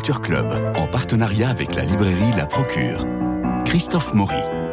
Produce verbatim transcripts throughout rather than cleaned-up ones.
Lecture Club, en partenariat avec la librairie La Procure. Christophe Maury.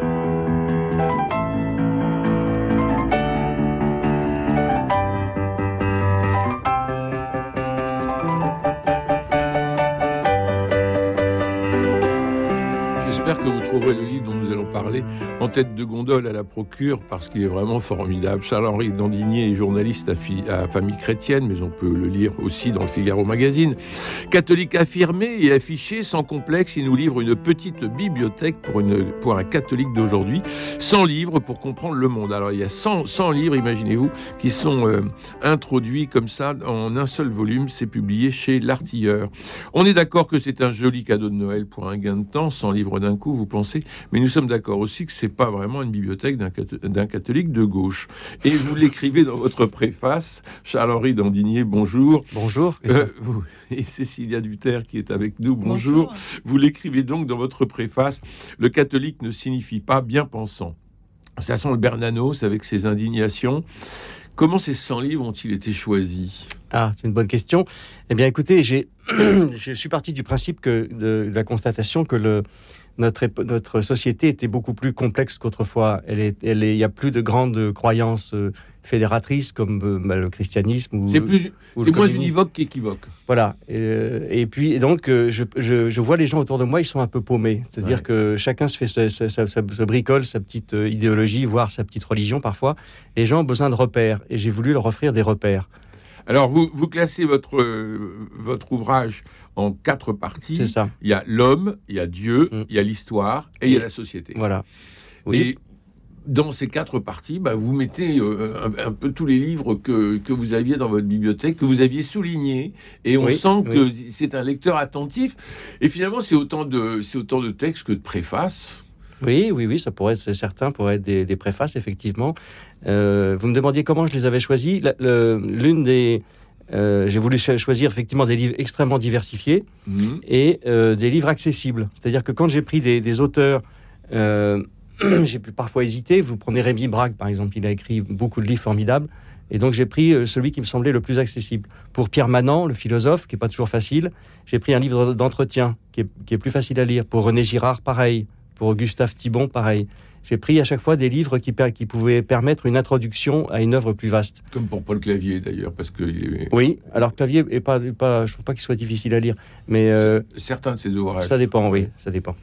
J'espère que vous trouverez le livre dont nous allons parler en tête de gondole à la Procure, parce qu'il est vraiment formidable. Charles-Henri Dandigné est journaliste à, fi- à Famille Chrétienne, mais on peut le lire aussi dans le Figaro Magazine. Catholique affirmé et affiché, sans complexe, il nous livre une petite bibliothèque pour, une, pour un catholique d'aujourd'hui, cent livres pour comprendre le monde. Alors il y a cent, cent livres, imaginez-vous, qui sont euh, introduits comme ça en un seul volume. C'est publié chez L'Artilleur. On est d'accord que c'est un joli cadeau de Noël pour un gain de temps, cent livres d'un coup, vous pensez, mais nous sommes d'accord aussi que c'est pas vraiment une bibliothèque d'un, d'un catholique de gauche. Et vous l'écrivez dans votre préface, Charles-Henri Dandigné, bonjour. Bonjour. Euh, vous, et Cécilia Duterre qui est avec nous, bonjour. bonjour. Vous l'écrivez donc dans votre préface, le catholique ne signifie pas bien pensant. Ça sent le Bernanos avec ses indignations. Comment ces cent livres ont-ils été choisis ? Ah, c'est une bonne question. Eh bien, écoutez, j'ai, je suis parti du principe que de, de la constatation que le, notre, notre société était beaucoup plus complexe qu'autrefois. Elle est, elle est, il n'y a plus de grandes croyances euh, fédératrices comme euh, bah, le christianisme ou c'est plus, ou c'est le moins communisme. univoque qu'équivoque. Voilà. Et, et puis, et donc, euh, je, je, je vois les gens autour de moi, ils sont un peu paumés. C'est-à-dire ouais. que chacun se fait, se, se, se, se bricole sa petite euh, idéologie, voire sa petite religion parfois. Les gens ont besoin de repères, et j'ai voulu leur offrir des repères. Alors, vous, vous classez votre, euh, votre ouvrage en quatre parties. C'est ça. Il y a l'homme, il y a Dieu, mmh. il y a l'histoire et, et il y a la société. Voilà. Oui. Et dans ces quatre parties, bah, vous mettez euh, un, un peu tous les livres que, que vous aviez dans votre bibliothèque, que vous aviez soulignés. Et on oui, sent oui. que c'est un lecteur attentif. Et finalement, c'est autant de, c'est autant de textes que de préfaces. Oui, oui, oui, ça pourrait être, certains pourraient être des, des préfaces, effectivement. Euh, vous me demandiez comment je les avais choisis. La, le, l'une des... Euh, j'ai voulu choisir effectivement des livres extrêmement diversifiés mmh. et euh, des livres accessibles. C'est-à-dire que quand j'ai pris des, des auteurs... Euh, j'ai pu parfois hésiter. Vous prenez Rémi Brague, par exemple. Il a écrit beaucoup de livres formidables. Et donc, j'ai pris euh, celui qui me semblait le plus accessible. Pour Pierre Manant, le philosophe, qui n'est pas toujours facile, j'ai pris un livre d'entretien qui est, qui est plus facile à lire. Pour René Girard, pareil. Pour Gustave Thibon, pareil. J'ai pris à chaque fois des livres qui, per- qui pouvaient permettre une introduction à une œuvre plus vaste. Comme pour Paul Clavier, d'ailleurs, parce que... Est... Oui, alors Clavier, est pas, pas, je ne trouve pas qu'il soit difficile à lire, mais... Euh, Certains de ses ouvrages. Ça dépend, oui, ça dépend.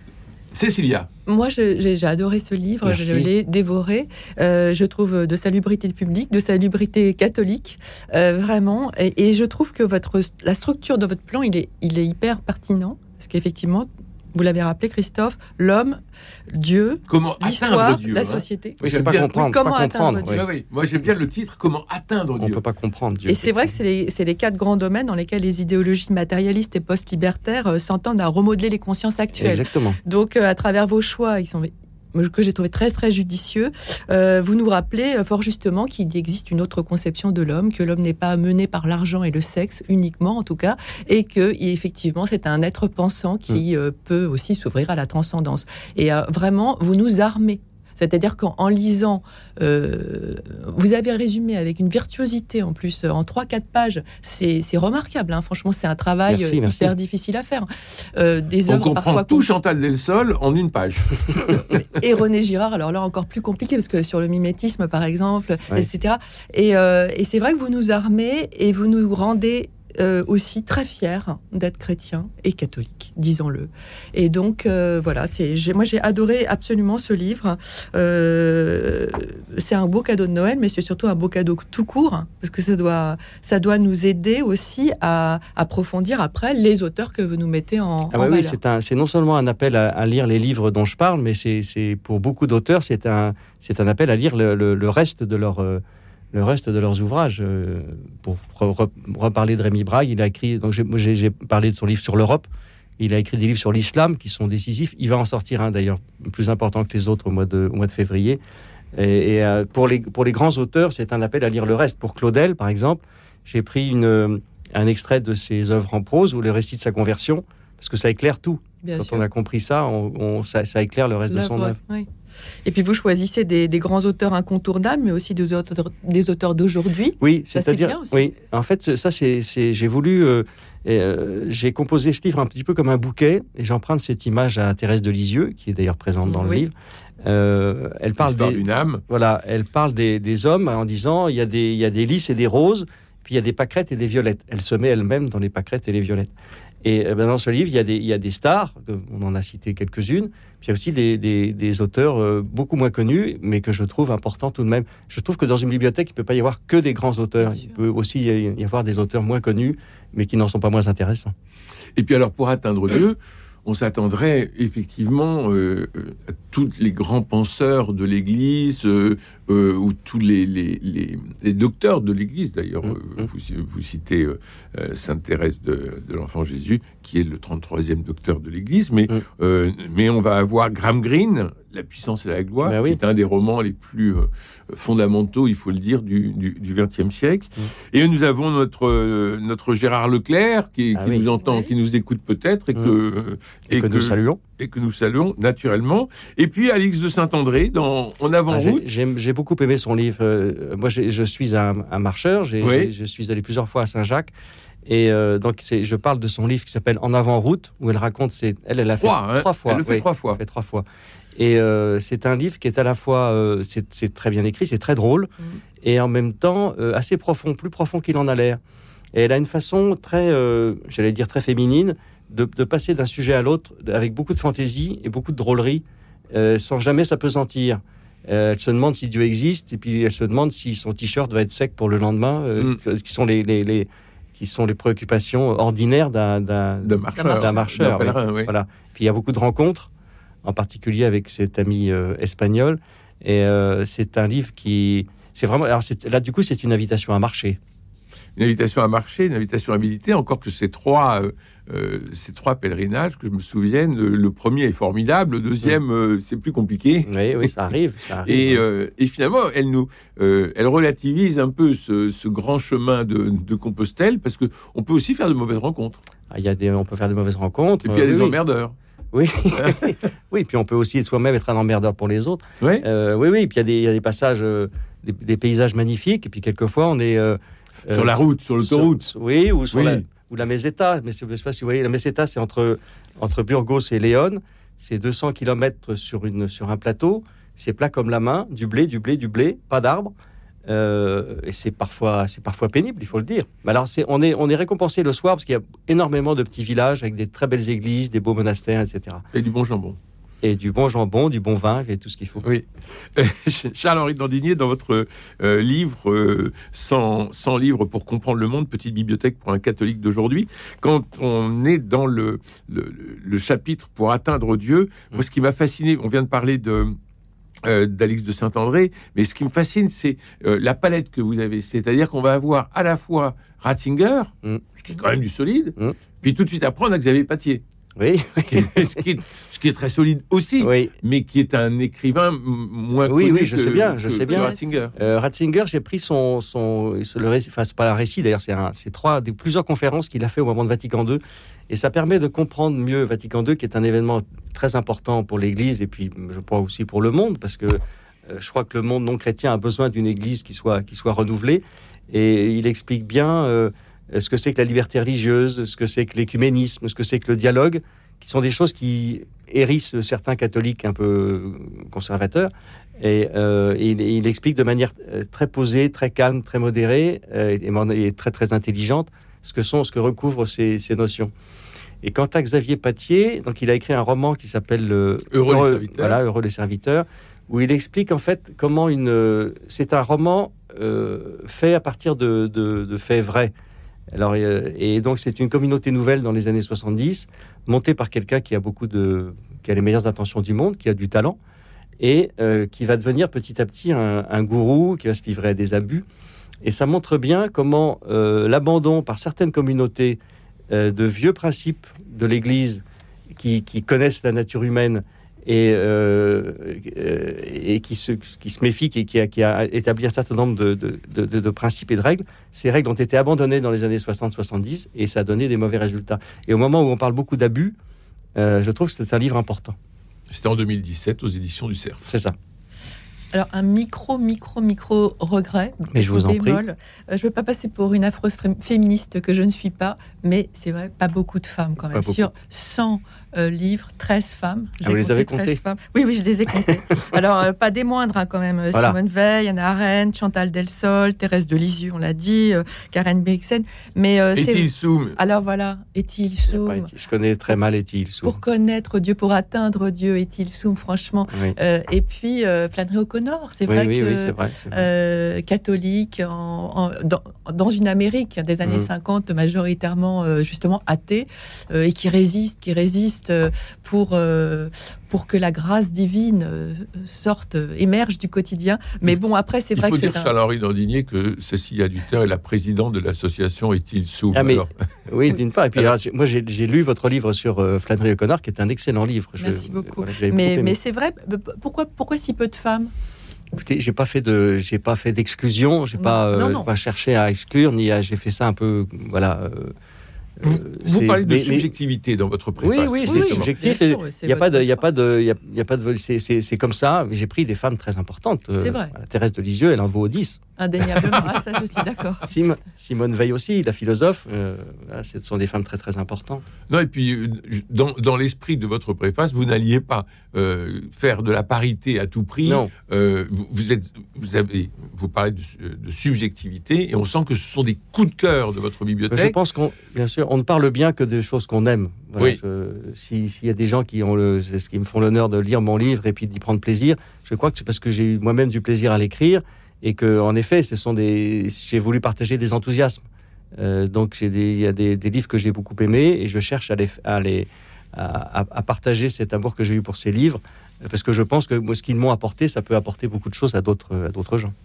Cécilia. Moi, je, j'ai, j'ai adoré ce livre, Merci. Je l'ai dévoré. Euh, je trouve de salubrité publique, de salubrité catholique, euh, vraiment. Et, et je trouve que votre, la structure de votre plan, il est, il est hyper pertinent, parce qu'effectivement... Vous l'avez rappelé, Christophe, l'homme, Dieu, comment l'histoire, Dieu, la hein société. Oui, c'est pas bien, comprendre. Oui, comment c'est pas atteindre comprendre, Dieu. Oui. Oui, oui. Moi, j'aime bien le titre, comment atteindre Dieu. On peut pas comprendre Dieu. Et c'est vrai que c'est les, c'est les quatre grands domaines dans lesquels les idéologies matérialistes et post-libertaires euh, s'entendent à remodeler les consciences actuelles. Exactement. Donc, euh, à travers vos choix, ils sont... que j'ai trouvé très très judicieux, euh, vous nous rappelez euh, fort justement qu'il existe une autre conception de l'homme, que l'homme n'est pas mené par l'argent et le sexe uniquement en tout cas, et que et effectivement c'est un être pensant qui euh, peut aussi s'ouvrir à la transcendance. Et euh, vraiment, vous nous armez. C'est-à-dire qu'en en lisant, euh, vous avez résumé avec une virtuosité en plus, en trois quatre pages, c'est, c'est remarquable. Hein. Franchement, c'est un travail merci, hyper merci. difficile à faire. Euh, des On œuvres comprend parfois tout Chantal Delsol en une page. Et René Girard, alors là encore plus compliqué, parce que sur le mimétisme par exemple, ouais. et cetera. Et, euh, et c'est vrai que vous nous armez et vous nous rendez... Euh, aussi très fier d'être chrétien et catholique, disons-le. Et donc, euh, voilà, c'est, j'ai, moi j'ai adoré absolument ce livre. Euh, c'est un beau cadeau de Noël, mais c'est surtout un beau cadeau tout court, parce que ça doit, ça doit nous aider aussi à approfondir après les auteurs que vous nous mettez en, ah en bah valeur. Oui, c'est, un, c'est non seulement un appel à, à lire les livres dont je parle, mais c'est, c'est pour beaucoup d'auteurs, c'est un, c'est un appel à lire le, le, le reste de leur... Euh, le reste de leurs ouvrages. Euh, pour re- re- reparler de Rémi Brague, il a écrit, donc j'ai, j'ai, j'ai parlé de son livre sur l'Europe, il a écrit des livres sur l'islam qui sont décisifs, il va en sortir un d'ailleurs, plus important que les autres au mois de, au mois de février. Et, et euh, pour, les, pour les grands auteurs, c'est un appel à lire le reste. Pour Claudel, par exemple, j'ai pris une, un extrait de ses œuvres en prose, ou le récit de sa conversion, parce que ça éclaire tout. Bien Quand sûr. on a compris ça, on, on- ça, ça éclaire le reste de son L'œuvre, œuvre. oui. Et puis vous choisissez des, des grands auteurs incontournables, mais aussi des auteurs, des auteurs d'aujourd'hui. Oui, Ça, c'est c'est-à-dire, bien aussi. oui, en fait, ça, c'est, c'est j'ai voulu, euh, euh, j'ai composé ce livre un petit peu comme un bouquet, et j'emprunte cette image à Thérèse de Lisieux, qui est d'ailleurs présente dans Oui. le livre. Euh, elle parle L'histoire des, d'une âme. voilà, elle parle des, des hommes en disant il y a des, il y a des lys et des roses, puis il y a des pâquerettes et des violettes. Elle se met elle-même dans les pâquerettes et les violettes. Et euh, ben, dans ce livre, il y a des, il y a des stars, euh, on en a cité quelques-unes, puis il y a aussi des, des, des auteurs euh, beaucoup moins connus, mais que je trouve importants tout de même. Je trouve que dans une bibliothèque, il ne peut pas y avoir que des grands auteurs. Bien Il sûr. peut aussi y avoir des auteurs moins connus, mais qui n'en sont pas moins intéressants. Et puis alors, pour atteindre Dieu, on s'attendrait effectivement euh, à tous les grands penseurs de l'Église, euh, euh, ou tous les, les, les, les docteurs de l'Église, d'ailleurs. Mmh. Euh, vous, vous citez euh, euh, Sainte Thérèse de, de l'Enfant Jésus, qui est le trente-troisième docteur de l'Église, mais, Mmh. euh, mais on va avoir Graham Greene, La puissance et la gloire, Ben qui oui. est un des romans les plus euh, fondamentaux, il faut le dire, du, du, du vingtième siècle. Mmh. Et nous avons notre, euh, notre Gérard Leclerc, qui, Ah qui oui. nous entend, Oui. qui nous écoute peut-être, et Mmh. que... Et, que, nous saluons. et que nous saluons naturellement. Et puis Alix de Saint-André dans En avant Ah, route. j'ai, j'ai, j'ai beaucoup aimé son livre. Euh, moi, j'ai, je suis un, un marcheur. J'ai, Oui. j'ai- je suis allé plusieurs fois à Saint-Jacques. Et euh, donc, c'est, je parle de son livre qui s'appelle En avant route, où elle raconte. C'est, elle, elle a Trois, fait hein. trois fois. Elle le fait oui, trois fois. elle fait trois fois. Et euh, c'est un livre qui est à la fois, euh, c'est, c'est très bien écrit, c'est très drôle, Mm. et en même temps euh, assez profond, plus profond qu'il en a l'air. Et elle a une façon très, euh, j'allais dire très féminine, de, de passer d'un sujet à l'autre avec beaucoup de fantaisie et beaucoup de drôlerie, euh, sans jamais s'apesantir. Euh, elle se demande si Dieu existe, et puis elle se demande si son t-shirt va être sec pour le lendemain, euh, Mm. qui sont les, les, les qui sont les préoccupations ordinaires d'un, d'un, D'un marcheur. d'un marcheur, D'un pèlerin, oui. Voilà. Puis il y a beaucoup de rencontres, en particulier avec cet ami euh, espagnol. Et euh, c'est un livre qui, c'est vraiment, alors c'est, là du coup c'est une invitation à marcher. Une invitation à marcher, une invitation à méditer, encore que ces trois, euh, euh, ces trois pèlerinages, que je me souvienne, le, le premier est formidable, le deuxième, euh, c'est plus compliqué. Oui, oui, ça arrive, ça arrive. Et, euh, et finalement, elle nous, euh, elle relativise un peu ce, ce grand chemin de, de Compostelle, parce que on peut aussi faire de mauvaises rencontres. Ah, il y a des, on peut faire de mauvaises rencontres. Et puis il y a euh, des oui, emmerdeurs. Oui, oui, puis on peut aussi soi-même être un emmerdeur pour les autres. Ouais. Euh, oui, oui, et puis il y a des, il y a des passages, euh, des, des paysages magnifiques, et puis quelquefois on est euh, Sur euh, la route, sur l'autoroute. sur- oui, ou sur Oui. la, ou la Meseta. Mais je ne sais pas si vous voyez, la Meseta, c'est entre, entre Burgos et Léon. C'est deux cents kilomètres sur, une, sur un plateau. C'est plat comme la main, du blé, du blé, du blé, pas d'arbres. Euh, et c'est parfois, c'est parfois pénible, il faut le dire. Mais alors, c'est, on, est, on est récompensé le soir parce qu'il y a énormément de petits villages avec des très belles églises, des beaux monastères, et cetera. Et du bon jambon. Et du bon jambon, du bon vin, et tout ce qu'il faut. Oui. Charles-Henri Dandigné, dans votre euh, livre euh, cent, cent livres pour comprendre le monde, petite bibliothèque pour un catholique d'aujourd'hui, quand on est dans le, le, le chapitre pour atteindre Dieu, moi, ce qui m'a fasciné, on vient de parler de euh, d'Alix de Saint-André, mais ce qui me fascine, c'est euh, la palette que vous avez. C'est-à-dire qu'on va avoir à la fois Ratzinger, Mm. ce qui est quand même du solide, Mm. puis tout de suite après, on a Xavier Patier, Oui, ce qui est, ce qui est, ce qui est très solide aussi, oui. mais qui est un écrivain m- moins Oui, connu oui, je que- sais bien, je que- sais que bien. Ratzinger. Euh, Ratzinger, j'ai pris son, son, son- le récit, enfin c'est pas un récit d'ailleurs, c'est, un, c'est trois, des, plusieurs conférences qu'il a fait au moment de Vatican deux, et ça permet de comprendre mieux Vatican deux, qui est un événement très important pour l'Église et puis je crois aussi pour le monde, parce que euh, je crois que le monde non chrétien a besoin d'une Église qui soit, qui soit renouvelée, et il explique bien euh, ce que c'est que la liberté religieuse, ce que c'est que l'écuménisme, ce que c'est que le dialogue, qui sont des choses qui hérissent certains catholiques un peu conservateurs. Et, euh, il, il explique de manière euh, très posée, très calme, très modérée euh, et, mon- et très très intelligente ce que sont, ce que recouvrent ces, ces notions. Et quant à Xavier Patier, donc il a écrit un roman qui s'appelle euh, Heureux les serviteurs. Voilà, Heureux les serviteurs, où il explique en fait comment une. euh, c'est un roman euh, fait à partir de, de, de faits vrais. Alors, euh, et donc c'est une communauté nouvelle dans les années soixante-dix, montée par quelqu'un qui a beaucoup de, qui a les meilleures intentions du monde, qui a du talent, et euh, qui va devenir petit à petit un, un gourou, qui va se livrer à des abus. Et ça montre bien comment euh, l'abandon par certaines communautés euh, de vieux principes de l'Église qui, qui connaissent la nature humaine et, euh, euh, et qui, se, qui se méfient, qui, qui, a, qui a établi un certain nombre de, de, de, de, de principes et de règles. Ces règles ont été abandonnées dans les années soixante soixante-dix et ça a donné des mauvais résultats. Et au moment où on parle beaucoup d'abus, Euh, je trouve que c'est un livre important. C'était en deux mille dix-sept aux éditions du Cerf. C'est ça. Alors, un micro, micro, micro regret. Mais je vous en prie. Euh, je ne veux pas passer pour une affreuse féministe que je ne suis pas, mais c'est vrai, pas beaucoup de femmes quand même. Sur cent euh, livres, treize femmes. Ah, vous les avez comptées ? Oui, oui, je les ai comptées. Alors, euh, pas des moindres hein, quand même. Voilà. Simone Veil, Hannah Arendt, Chantal Delsol, Thérèse de Lisieux, on l'a dit, euh, Karen Blixen. Mais euh, Étile Soum. Alors voilà, Étile Soum. Je connais très mal Étile Soum. Pour connaître Dieu, pour atteindre Dieu, Étile Soum, franchement. Oui. Euh, et puis euh, Flannery O'Connor, c'est oui, vrai oui, que oui, c'est vrai, c'est vrai. Euh, catholique en, en, dans, dans une Amérique des années mmh. cinquante majoritairement euh, justement athée euh, et qui résiste, qui résiste euh, pour euh, pour que la grâce divine euh, sorte, euh, émerge du quotidien. Mais bon, après, c'est Il vrai que c'est... Il faut dire, un... Charles-Henri Dandigné, que Cécilia Luther est la présidente de l'association Étile Soum. Ah, mais, oui, d'une part. Et puis, alors, moi, j'ai, j'ai lu votre livre sur euh, Flannery O'Connor, qui est un excellent livre. Merci je, beaucoup. Voilà, mais, beaucoup mais c'est vrai, pourquoi, pourquoi si peu de femmes ? Écoutez, j'ai pas fait de, j'ai pas fait d'exclusion, j'ai non, pas, euh, non, non. pas cherché à exclure, ni à, j'ai fait ça un peu, voilà. Euh, Vous, vous parlez de mais, subjectivité mais... dans votre préface. Oui, oui, c'est oui, subjectif. Il n'y a pas de, il y a pas de, il y a pas de, c'est, c'est, c'est comme ça. J'ai pris des femmes très importantes. C'est vrai. Euh, Thérèse de Lisieux, elle en vaut dix. Indéniablement, ah, ça je suis d'accord. Sim, Simone Veil aussi, la philosophe, euh, ce sont des femmes très très importantes. Non, et puis dans, dans l'esprit de votre préface, vous n'alliez pas euh, faire de la parité à tout prix. Non. Euh, vous, vous êtes, vous avez, vous parlez de, de subjectivité, et on sent que ce sont des coups de cœur de votre bibliothèque. Je pense qu'on, bien sûr, on ne parle bien que des choses qu'on aime. Voilà, oui. je, si, s'il y a des gens qui ont le, qui me font l'honneur de lire mon livre et puis d'y prendre plaisir, je crois que c'est parce que j'ai eu moi-même du plaisir à l'écrire. Et que, en effet, ce sont des. J'ai voulu partager des enthousiasmes. Euh, donc, j'ai des, il y a des, des livres que j'ai beaucoup aimés et je cherche à les, à les, à, à partager cet amour que j'ai eu pour ces livres, parce que je pense que moi, ce qu'ils m'ont apporté, ça peut apporter beaucoup de choses à d'autres, à d'autres gens.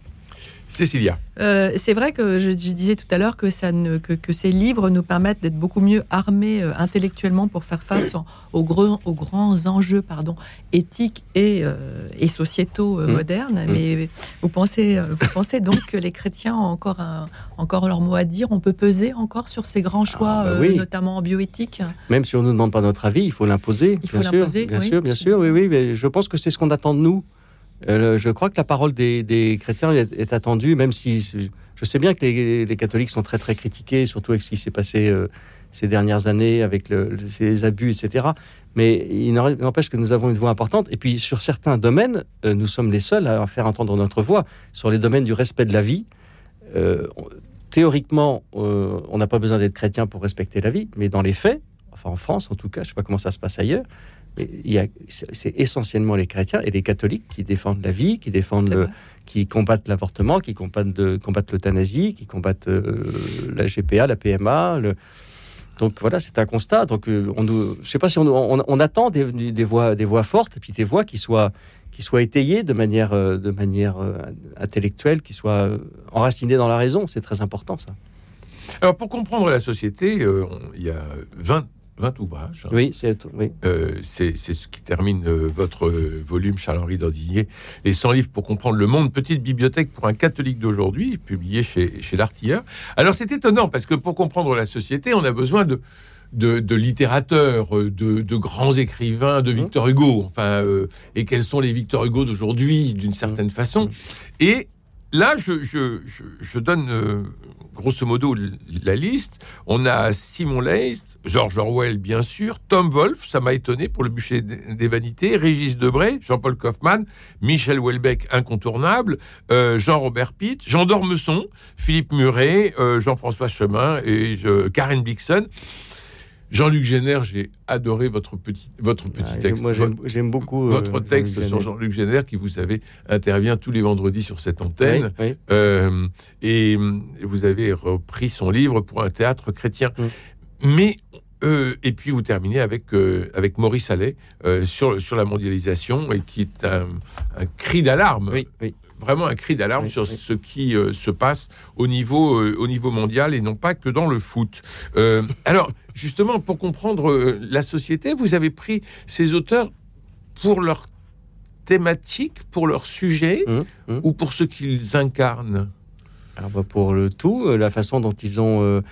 Cécilia. Euh, c'est vrai que je, je disais tout à l'heure que, ça ne, que, que ces livres nous permettent d'être beaucoup mieux armés euh, intellectuellement pour faire face en, aux, gros, aux grands enjeux pardon, éthiques et, euh, et sociétaux euh, mmh. modernes. Mmh. Mais vous pensez, vous pensez donc que les chrétiens ont encore, un, encore leur mot à dire ? On peut peser encore sur ces grands choix, ah, bah oui. euh, notamment en bioéthique ? Même si on ne nous demande pas notre avis, il faut l'imposer. Il faut bien l'imposer, sûr, bien oui. sûr, bien sûr, oui, oui. Mais je pense que c'est ce qu'on attend de nous. Euh, je crois que la parole des, des chrétiens est, est attendue, même si je sais bien que les, les catholiques sont très très critiqués, surtout avec ce qui s'est passé euh, ces dernières années, avec le, le, ces abus, et cetera. Mais il n'empêche que nous avons une voix importante. Et puis sur certains domaines, euh, nous sommes les seuls à faire entendre notre voix. Sur les domaines du respect de la vie, euh, théoriquement, euh, on n'a pas besoin d'être chrétien pour respecter la vie, mais dans les faits, enfin en France en tout cas, je ne sais pas comment ça se passe ailleurs, il y a, c'est essentiellement les chrétiens et les catholiques qui défendent la vie, qui défendent le, qui combattent l'avortement, qui combattent, de, combattent l'euthanasie, qui combattent euh, la G P A, la P M A. Le... Donc voilà, c'est un constat. Donc euh, on, je ne sais pas si on, on, on attend des, des voix, des voix fortes et puis des voix qui soient, qui soient étayées de manière, euh, de manière euh, intellectuelle, qui soient enracinées dans la raison. C'est très important ça. Alors pour comprendre la société, euh, il y a vingt vingt ouvrages. Oui, c'est, oui. Euh, c'est, c'est ce qui termine euh, votre euh, volume, Charles-Henri Dandigné, Les cent livres pour comprendre le monde, petite bibliothèque pour un catholique d'aujourd'hui, publié chez, chez l'Artilleur. Alors c'est étonnant, parce que pour comprendre la société, on a besoin de, de, de littérateurs, de, de grands écrivains, de Victor Hugo. Enfin, euh, et quels sont les Victor Hugo d'aujourd'hui, d'une certaine façon. Et là, je, je, je, je donne euh, grosso modo la liste. On a Simon Leys, George Orwell, bien sûr, Tom Wolfe, ça m'a étonné pour Le bûcher des vanités, Régis Debray, Jean-Paul Kaufmann, Michel Houellebecq, incontournable, euh, Jean-Robert Pitt, Jean d'Ormesson, Philippe Muret, euh, Jean-François Chemin et euh, Karen Blixen. Jean-Luc Génère, j'ai adoré votre petit, votre petit ah, texte. Moi, j'aime, j'aime beaucoup votre euh, texte Jean-Luc sur Jean-Luc Génère, qui, vous savez, intervient tous les vendredis sur cette antenne. Oui, oui. Euh, et vous avez repris son livre pour un théâtre chrétien. Mm. Mais euh, et puis vous terminez avec euh, avec Maurice Allais euh, sur sur la mondialisation, et qui est un, un cri d'alarme. Oui, oui. Vraiment un cri d'alarme oui, sur oui. ce qui euh, se passe au niveau, euh, au niveau mondial, et non pas que dans le foot. Euh, alors, justement, pour comprendre euh, la société, vous avez pris ces auteurs pour leur thématique, pour leur sujet, mmh, mmh. ou pour ce qu'ils incarnent ? Alors, bah, pour le tout, euh, la façon dont ils ont... Euh,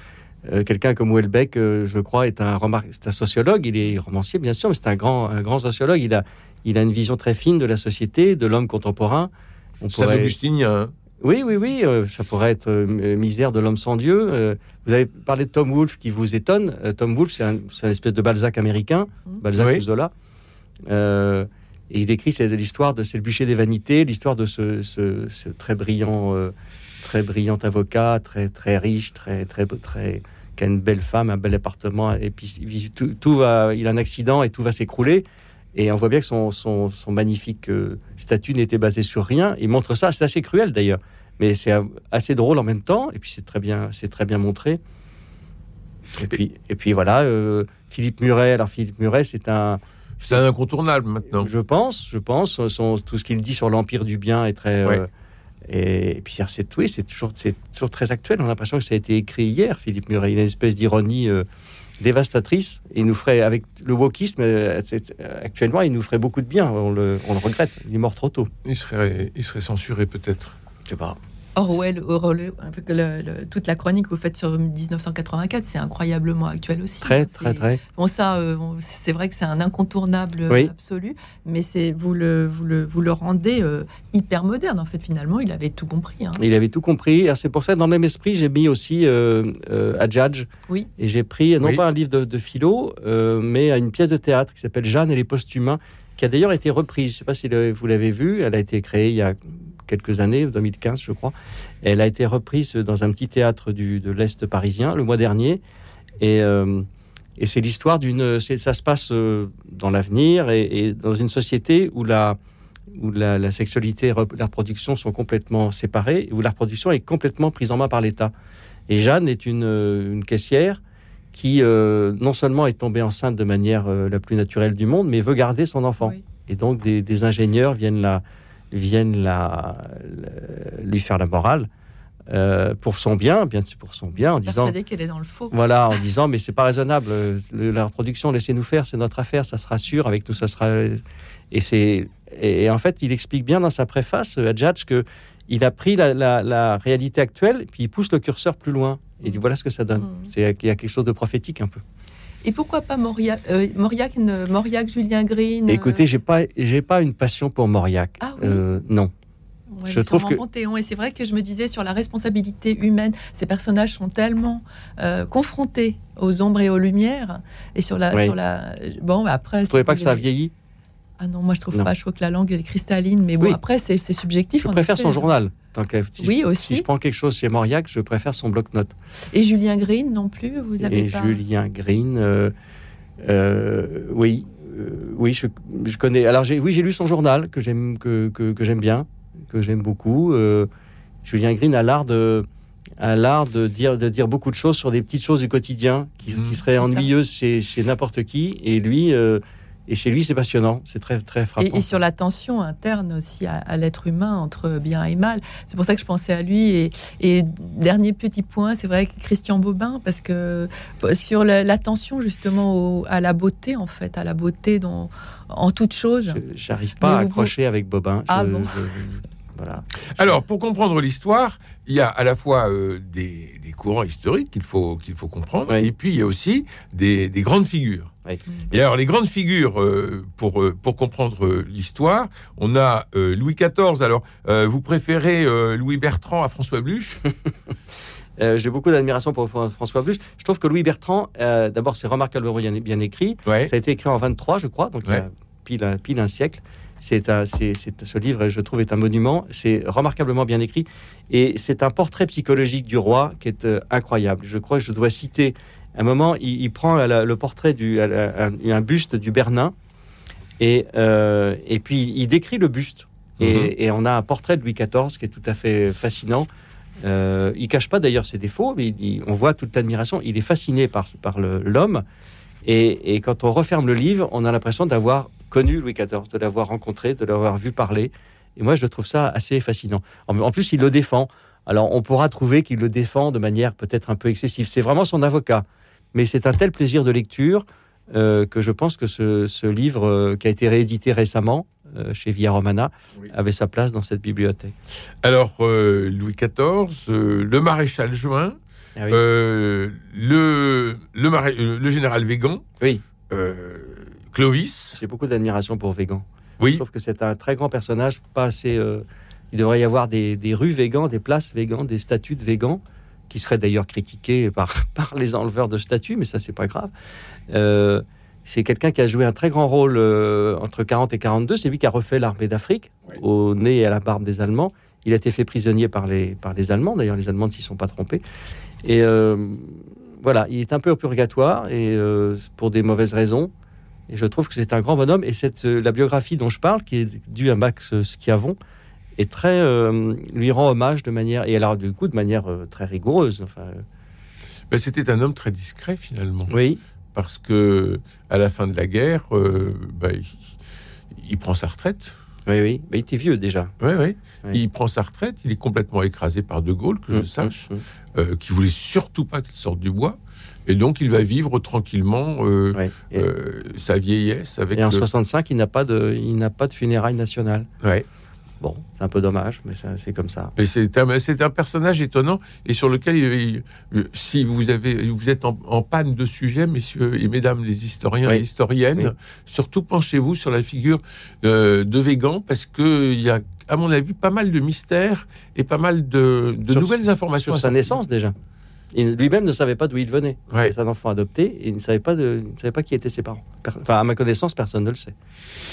Euh, quelqu'un comme Houellebecq, euh, je crois, est un, remar- c'est un sociologue. Il est romancier, bien sûr, mais c'est un grand, un grand sociologue. Il a, il a une vision très fine de la société, de l'homme contemporain. On C'est pourrait... un augustinien. Hein. Oui, oui, oui. Euh, ça pourrait être euh, Misère de l'homme sans Dieu. Euh, vous avez parlé de Tom Wolfe qui vous étonne. Euh, Tom Wolfe, c'est un, c'est une espèce de Balzac américain, mmh. Balzac oui. ou Zola. Euh, et il décrit c'est l'histoire de c'est le bûcher des vanités, l'histoire de ce, ce, ce très brillant, euh, très brillant avocat, très très riche, très très très qui a une belle femme, un bel appartement, et puis tout, tout va, il a un accident et tout va s'écrouler. Et on voit bien que son, son, son magnifique euh, statut n'était basé sur rien. Il montre ça, c'est assez cruel d'ailleurs, mais c'est assez drôle en même temps. Et puis c'est très bien, c'est très bien montré. Et puis, et puis voilà, euh, Philippe Muret. Alors Philippe Muret, c'est un, c'est un incontournable maintenant. Je pense, je pense. Son, tout ce qu'il dit sur l'empire du bien est très. Ouais. Euh, et, et puis c'est oui, c'est toujours, c'est toujours très actuel. On a l'impression que ça a été écrit hier. Philippe Muret, il a une espèce d'ironie euh, dévastatrice. Il nous ferait, avec le wokisme euh, actuellement, il nous ferait beaucoup de bien. On le, on le regrette. Il est mort trop tôt. Il serait, il serait censuré peut-être. Je sais pas. Orwell, Orwell avec le, le, toute la chronique que vous faites sur dix-neuf cent quatre-vingt-quatre, c'est incroyablement actuel aussi. Très, hein, très, très. Bon, ça, euh, c'est vrai que c'est un incontournable oui. absolu, mais c'est, vous, le, vous, le, vous le rendez euh, hyper moderne. En fait, finalement, il avait tout compris. Hein. Il avait tout compris. Alors, c'est pour ça que dans le même esprit, j'ai mis aussi euh, euh, Adjadj. Oui. Et j'ai pris, non oui. pas un livre de, de philo, euh, mais une pièce de théâtre qui s'appelle Jeanne et les post-humains, qui a d'ailleurs été reprise. Je ne sais pas si le, vous l'avez vue. Elle a été créée il y a quelques années, deux mille quinze je crois. Elle a été reprise dans un petit théâtre du, de l'Est parisien le mois dernier. Et, euh, et c'est l'histoire d'une... C'est, ça se passe euh, dans l'avenir et, et dans une société où, la, où la, la sexualité et la reproduction sont complètement séparées, où la reproduction est complètement prise en main par l'État. Et Jeanne est une, une caissière qui euh, non seulement est tombée enceinte de manière euh, la plus naturelle du monde, mais veut garder son enfant. Oui. Et donc des, des ingénieurs viennent la... viennent la, la, lui faire la morale euh, pour son bien, bien sûr pour son bien, en disant qu'elle est dans le faux. Voilà, en disant mais c'est pas raisonnable, le, la reproduction, laissez-nous faire, c'est notre affaire, ça sera sûr, avec nous ça sera. Et c'est et, et en fait il explique bien dans sa préface Adjadj que il a pris la, la, la réalité actuelle, puis il pousse le curseur plus loin et dit voilà ce que ça donne. Mmh. C'est il y a quelque chose de prophétique un peu. Et pourquoi pas Mauriac, euh, Mauriac, Mauriac, Julien Green euh... Écoutez, j'ai pas, j'ai pas une passion pour Mauriac. Ah oui. euh, non. Ouais, je trouve que Panthéon, et c'est vrai que je me disais sur la responsabilité humaine, ces personnages sont tellement euh, confrontés aux ombres et aux lumières, et sur la, oui. sur la. Bon, après. Vous ne trouvez pas que ça a vieilli? Ah non, moi je trouve non. pas. Je trouve que la langue est cristalline, mais bon, oui. après c'est, c'est subjectif. Je préfère effet. son journal. Donc, si oui je, aussi. Si je prends quelque chose chez Mauriac, je préfère son bloc-notes. Et Julien Green non plus, vous avez et pas. Et Julien Green. Euh... Euh, oui, euh, oui, je, je connais. Alors, j'ai, oui, j'ai lu son journal que j'aime, que, que, que j'aime bien, que j'aime beaucoup. Euh, Julien Green a l'art de, a l'art de dire, de dire beaucoup de choses sur des petites choses du quotidien qui, mmh. qui seraient ennuyeuses chez, chez n'importe qui. Et lui, euh, et chez lui, c'est passionnant. C'est très, très frappant. Et, et sur la tension interne aussi à, à l'être humain entre bien et mal. C'est pour ça que je pensais à lui. Et, et dernier petit point, c'est vrai que Christian Bobin, parce que sur la, la tension justement au, à la beauté, en fait, à la beauté dans, en toute chose. Je, j'arrive pas Mais à vous, accrocher vous... avec Bobin. Ah je, bon je, Voilà. Alors, pour comprendre l'histoire, il y a à la fois euh, des, des courants historiques qu'il faut, qu'il faut comprendre, oui. et puis il y a aussi des, des grandes figures. Oui. Et alors, les grandes figures, euh, pour, euh, pour comprendre euh, l'histoire, on a euh, Louis quatorze. Alors, euh, vous préférez euh, Louis Bertrand à François Bluch? Euh, j'ai beaucoup d'admiration pour François Bluch. Je trouve que Louis Bertrand, euh, d'abord, c'est remarquablement bien, bien écrit. Ouais. Ça a été écrit en vingt-trois, je crois, donc ouais. il y a pile un, pile un siècle. C'est un, c'est, c'est, ce livre, je trouve, est un monument. C'est remarquablement bien écrit. Et c'est un portrait psychologique du roi qui est euh, incroyable. Je crois que je dois citer... À un moment, il, il prend la, le portrait du... Un, un buste du Bernin. Et, euh, et puis, il décrit le buste. Et, mm-hmm. et on a un portrait de Louis quatorze qui est tout à fait fascinant. Euh, il ne cache pas d'ailleurs ses défauts, mais il, il, on voit toute l'admiration. Il est fasciné par, par le, l'homme. Et, et quand on referme le livre, on a l'impression d'avoir connu Louis quatorze, de l'avoir rencontré, de l'avoir vu parler. Et moi, je trouve ça assez fascinant. En, en plus, il le défend. Alors, on pourra trouver qu'il le défend de manière peut-être un peu excessive. C'est vraiment son avocat. Mais c'est un tel plaisir de lecture euh, que je pense que ce, ce livre, euh, qui a été réédité récemment euh, chez Via Romana, oui. avait sa place dans cette bibliothèque. Alors, euh, Louis quatorze, euh, le maréchal Juin, Ah oui. euh, le, le, mari- euh, le général Végan, Oui. euh, Clovis. J'ai beaucoup d'admiration pour Végan. Oui. Je trouve que c'est un très grand personnage, pas assez. Euh, il devrait y avoir des, des rues Végan, des places Végan, des statues de Végan, qui seraient d'ailleurs critiquées par, par les enleveurs de statues, mais ça, c'est pas grave. Euh, c'est quelqu'un qui a joué un très grand rôle euh, entre quarante et quarante-deux. C'est lui qui a refait l'armée d'Afrique, oui. au nez et à la barbe des Allemands. Il a été fait prisonnier par les, par les Allemands. D'ailleurs, les Allemands ne s'y sont pas trompés. Et euh, voilà, il est un peu au purgatoire, et euh, pour des mauvaises raisons. Et je trouve que c'est un grand bonhomme. Et cette, euh, la biographie dont je parle, qui est due à Max Schiavon, est très, euh, lui rend hommage de manière, et alors du coup de manière euh, très rigoureuse. Enfin, euh... ben, c'était un homme très discret finalement. Oui. Parce que à la fin de la guerre, euh, ben, il, il prend sa retraite. Oui, oui. Mais il était vieux déjà. Oui, oui. Oui. Il prend sa retraite. Il est complètement écrasé par De Gaulle, que mmh, je sache, mmh. euh, qui voulait surtout pas qu'il sorte du bois. Et donc, il va vivre tranquillement euh, ouais. et, euh, sa vieillesse. Avec et en le... soixante-cinq, il n'a pas de, il n'a pas de funérailles nationales. Ouais. Bon, c'est un peu dommage, mais ça, c'est comme ça. Mais c'est un, c'est un personnage étonnant et sur lequel, il, il, si vous, avez, vous êtes en, en panne de sujets, messieurs et mesdames les historiens oui. et historiennes, oui. surtout penchez-vous sur la figure euh, de Végan, parce qu'il y a, à mon avis, pas mal de mystères et pas mal de, de sur, nouvelles informations. Sur sa naissance, déjà. Il, lui-même ne savait pas d'où il venait. Ouais. C'est un enfant adopté et il ne savait pas, de, il ne savait pas qui étaient ses parents. Enfin, à ma connaissance, personne ne le sait.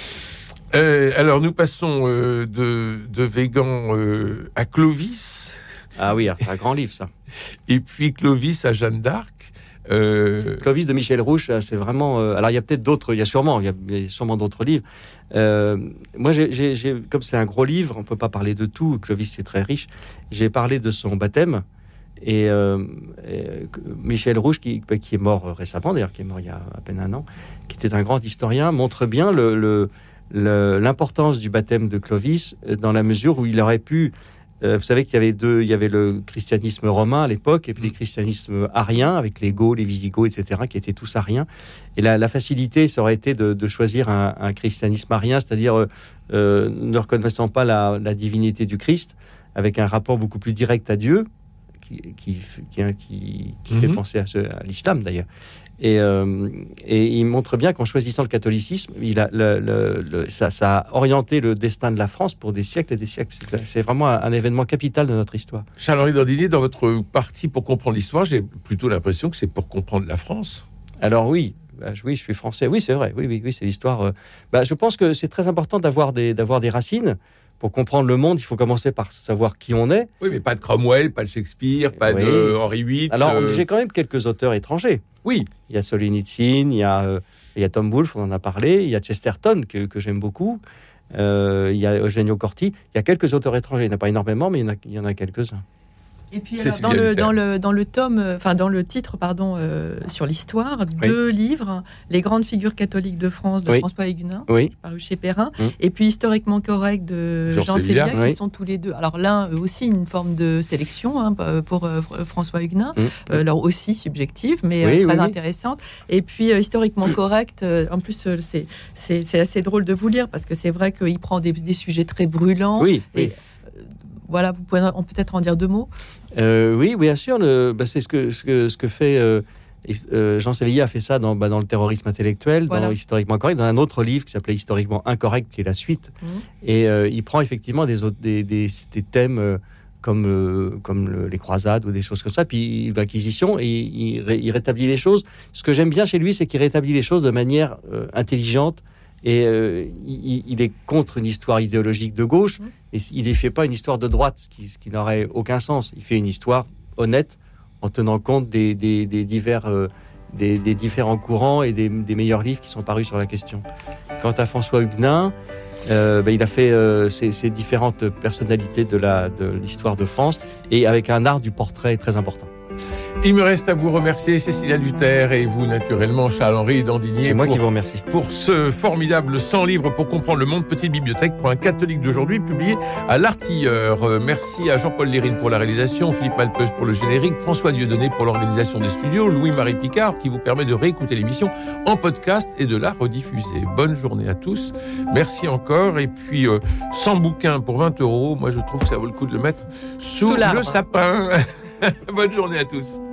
Euh, alors, nous passons euh, de, de Végan euh, à Clovis. Ah oui, c'est un grand livre, ça. Et puis Clovis à Jeanne d'Arc. Euh... Clovis de Michel Rouche, c'est vraiment... Euh, alors, il y a peut-être d'autres, il y a sûrement, il y a, il y a sûrement d'autres livres. Euh, moi, j'ai, j'ai, j'ai, comme c'est un gros livre, on ne peut pas parler de tout, Clovis, c'est très riche, j'ai parlé de son baptême. Et, euh, et Michel Rouche, qui, qui est mort récemment, d'ailleurs, qui est mort il y a à peine un an, qui était un grand historien, montre bien le... le Le, l'importance du baptême de Clovis dans la mesure où il aurait pu... Euh, vous savez qu'il y avait deux... Il y avait le christianisme romain à l'époque et puis le christianisme arien avec les Gauls, les Visigoths, et cetera, qui étaient tous ariens. Et la, la facilité, ça aurait été de, de choisir un, un christianisme arien, c'est-à-dire euh, euh, ne reconnaissant pas la, la divinité du Christ, avec un rapport beaucoup plus direct à Dieu, qui, qui, qui, qui, qui mm-hmm. fait penser à, ce, à l'islam d'ailleurs. Et, euh, et il montre bien qu'en choisissant le catholicisme, il a le, le, le, ça, ça a orienté le destin de la France pour des siècles et des siècles. C'est, c'est vraiment un, un événement capital de notre histoire. Charles-Henri Dandinier, dans votre partie pour comprendre l'histoire, j'ai plutôt l'impression que c'est pour comprendre la France. Alors oui, bah, oui, je suis français. Oui, c'est vrai. Oui, oui, oui, c'est l'histoire. Euh... Bah, je pense que c'est très important d'avoir des, d'avoir des racines. Pour comprendre le monde, il faut commencer par savoir qui on est. Oui, mais pas de Cromwell, pas de Shakespeare, pas oui. de Henri huit. Alors, euh... j'ai quand même quelques auteurs étrangers. Oui. Il y a Solzhenitsyn, il y a, euh, il y a Tom Wolfe, on en a parlé, il y a Chesterton, que, que j'aime beaucoup, euh, il y a Eugenio Corti. Il y a quelques auteurs étrangers, il n'y en a pas énormément, mais il y en a, il y en a quelques-uns. Et puis alors, dans, le, dans, le, dans le tome, enfin dans le titre, pardon, euh, sur l'histoire, oui. deux livres, Les grandes figures catholiques de France de oui. François Huguenin, oui. paru chez Perrin, mmh. et puis Historiquement correct de Jean, Jean Sévilla, qui oui. sont tous les deux. Alors l'un aussi une forme de sélection hein, pour euh, François Huguenin, mmh. euh, alors aussi subjective, mais oui, euh, très oui, intéressante. Oui. Et puis euh, Historiquement correct, euh, en plus euh, c'est, c'est, c'est assez drôle de vous lire parce que c'est vrai qu'il prend des, des sujets très brûlants. Oui. Et, oui. Euh, voilà, vous pouvez on peut-être en dire deux mots. Euh, oui, oui, bien sûr. Le, bah, c'est ce que, ce que, ce que fait euh, euh, Jean Sévilla a fait ça dans, bah, dans le terrorisme intellectuel, voilà. Dans Historiquement correct, dans un autre livre qui s'appelait Historiquement incorrect, qui est la suite. Mmh. Et euh, il prend effectivement des, autres, des, des, des thèmes euh, comme, euh, comme le, les croisades ou des choses comme ça, puis l'Inquisition, et il, il, il rétablit les choses. Ce que j'aime bien chez lui, c'est qu'il rétablit les choses de manière euh, intelligente. Et euh, il, il est contre une histoire idéologique de gauche, mmh. et il ne fait pas une histoire de droite, ce qui, ce qui n'aurait aucun sens. Il fait une histoire honnête, en tenant compte des, des, des, divers, euh, des, des différents courants et des, des meilleurs livres qui sont parus sur la question. Quant à François Huguenin, euh, ben, il a fait euh, ces, ces différentes personnalités de, la, de l'histoire de France, et avec un art du portrait très important. Il me reste à vous remercier, Cécilia Duterre, et vous, naturellement, Charles-Henri Dandinier. C'est moi pour, qui vous remercie. Pour ce formidable cent livres pour comprendre le monde, petite bibliothèque pour un catholique d'aujourd'hui, publié à l'Artilleur. Merci à Jean-Paul Lérine pour la réalisation, Philippe Malpeuch pour le générique, François Dieudonné pour l'organisation des studios, Louis-Marie Picard qui vous permet de réécouter l'émission en podcast et de la rediffuser. Bonne journée à tous. Merci encore. Et puis, euh, cent bouquins pour vingt euros. Moi, je trouve que ça vaut le coup de le mettre sous, sous le sapin. Bonne journée à tous.